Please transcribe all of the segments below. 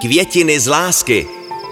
Květiny z lásky.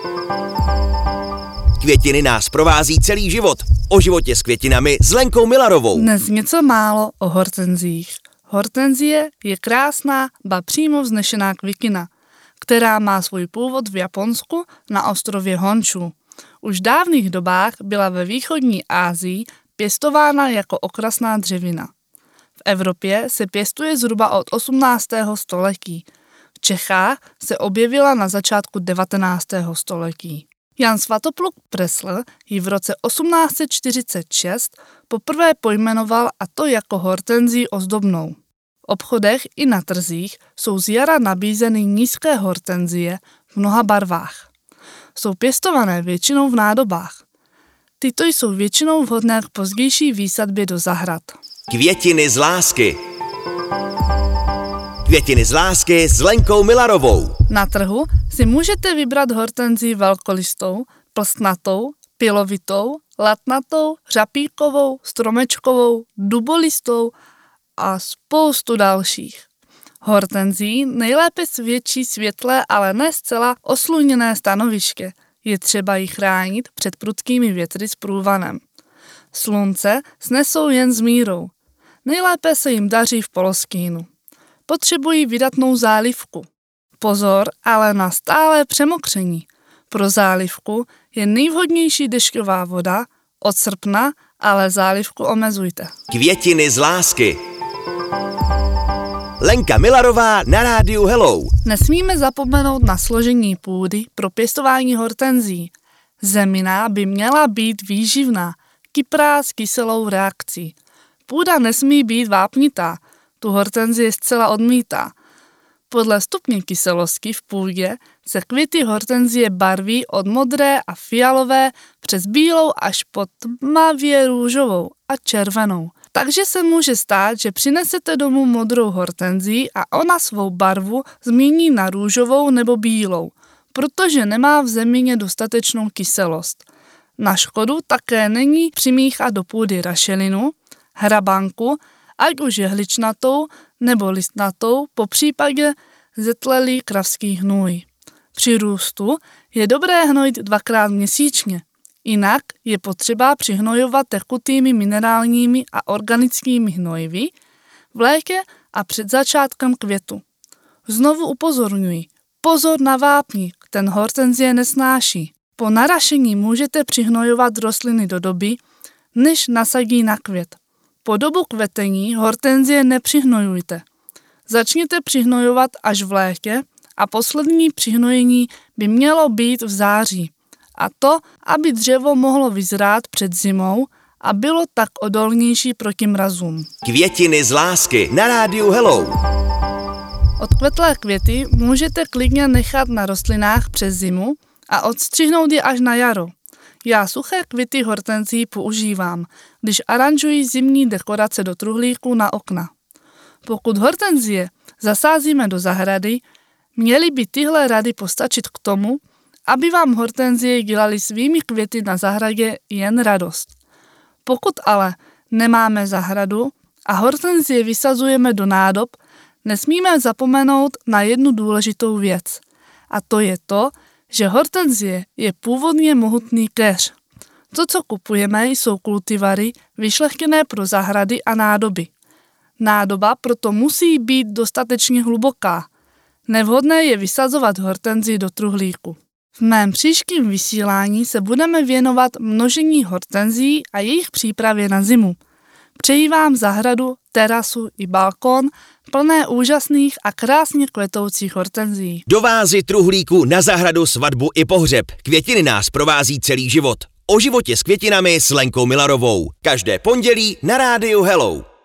Květiny nás provází celý život. O životě s květinami s Lenkou Milarovou. Dnes něco málo o hortenzích. Hortenzie je krásná, ba přímo vznešená květina, která má svůj původ v Japonsku na ostrově Honshu. Už v dávných dobách byla ve východní Asii pěstována jako okrasná dřevina. V Evropě se pěstuje zhruba od 18. století. V Čechách se objevila na začátku 19. století. Jan Svatopluk Presl ji v roce 1846 poprvé pojmenoval, a to jako hortenzii ozdobnou. V obchodech i na trzích jsou z jara nabízeny nízké hortenzie v mnoha barvách. Jsou pěstované většinou v nádobách. Tyto jsou většinou vhodné k pozdější výsadbě do zahrad. Květiny z lásky. Květiny z lásky s Lenkou Milarovou. Na trhu si můžete vybrat hortenzii velkolistou, plstnatou, pilovitou, latnatou, řapíkovou, stromečkovou, dubolistou a spoustu dalších. Hortenzii nejlépe svědčí světlé, ale ne zcela osluněné stanoviště. Je třeba ji chránit před prudkými větry s průvanem. Slunce snesou jen s mírou. Nejlépe se jim daří v polostínu. Potřebují vydatnou zálivku. Pozor ale na stálé přemokření. Pro zálivku je nejvhodnější dešťová voda, od srpna ale zálivku omezujte. Květiny z lásky. Lenka Milarová na rádiu Hello. Nesmíme zapomenout na složení půdy pro pěstování hortenzí. Zemina by měla být výživná, kyprá s kyselou reakcí. Půda nesmí být vápnitá, tu hortenzie zcela odmítá. Podle stupně kyselosti v půdě se květy hortenzie barví od modré a fialové přes bílou až po tmavě růžovou a červenou. Takže se může stát, že přinesete domů modrou hortenzii a ona svou barvu změní na růžovou nebo bílou, protože nemá v zemině dostatečnou kyselost. Na škodu také není přimíchat do půdy rašelinu, hrabanku, ať už jehličnatou nebo listnatou, popřípadě zetlelý kravský hnůj. Při růstu je dobré hnojit 2krát měsíčně. Jinak je potřeba přihnojovat tekutými minerálními a organickými hnojivy v létě a před začátkem květu. Znovu upozorňuji, pozor na vápník, ten hortenzie nesnáší. Po narašení můžete přihnojovat rostliny do doby, než nasadí na květ. Po dobu kvetení hortenzie nepřihnojujte. Začněte přihnojovat až v létě a poslední přihnojení by mělo být v září. A to, aby dřevo mohlo vyzrát před zimou a bylo tak odolnější proti mrazům. Květiny z lásky na rádiu Hello. Odkvetlé květy můžete klidně nechat na rostlinách přes zimu a odstřihnout je až na jaro. Já suché květy hortenzí používám, když aranžuji zimní dekorace do truhlíků na okna. Pokud hortenzie zasázíme do zahrady, měly by tyhle rady postačit k tomu, aby vám hortenzie dělaly svými květy na zahradě jen radost. Pokud ale nemáme zahradu a hortenzie vysazujeme do nádob, nesmíme zapomenout na jednu důležitou věc. A to je to, že hortenzie je původně mohutný keř. To, co kupujeme, jsou kultivary vyšlechtěné pro zahrady a nádoby. Nádoba proto musí být dostatečně hluboká. Nevhodné je vysazovat hortenzii do truhlíku. V mém příštím vysílání se budeme věnovat množení hortenzií a jejich přípravě na zimu. Přeji vám zahradu, terasu i balkón plné úžasných a krásně kvetoucích hortenzií. Do vázy, truhlíku, na zahradu, svatbu i pohřeb. Květiny nás provází celý život. O životě s květinami s Lenkou Milarovou. Každé pondělí na rádiu Hello.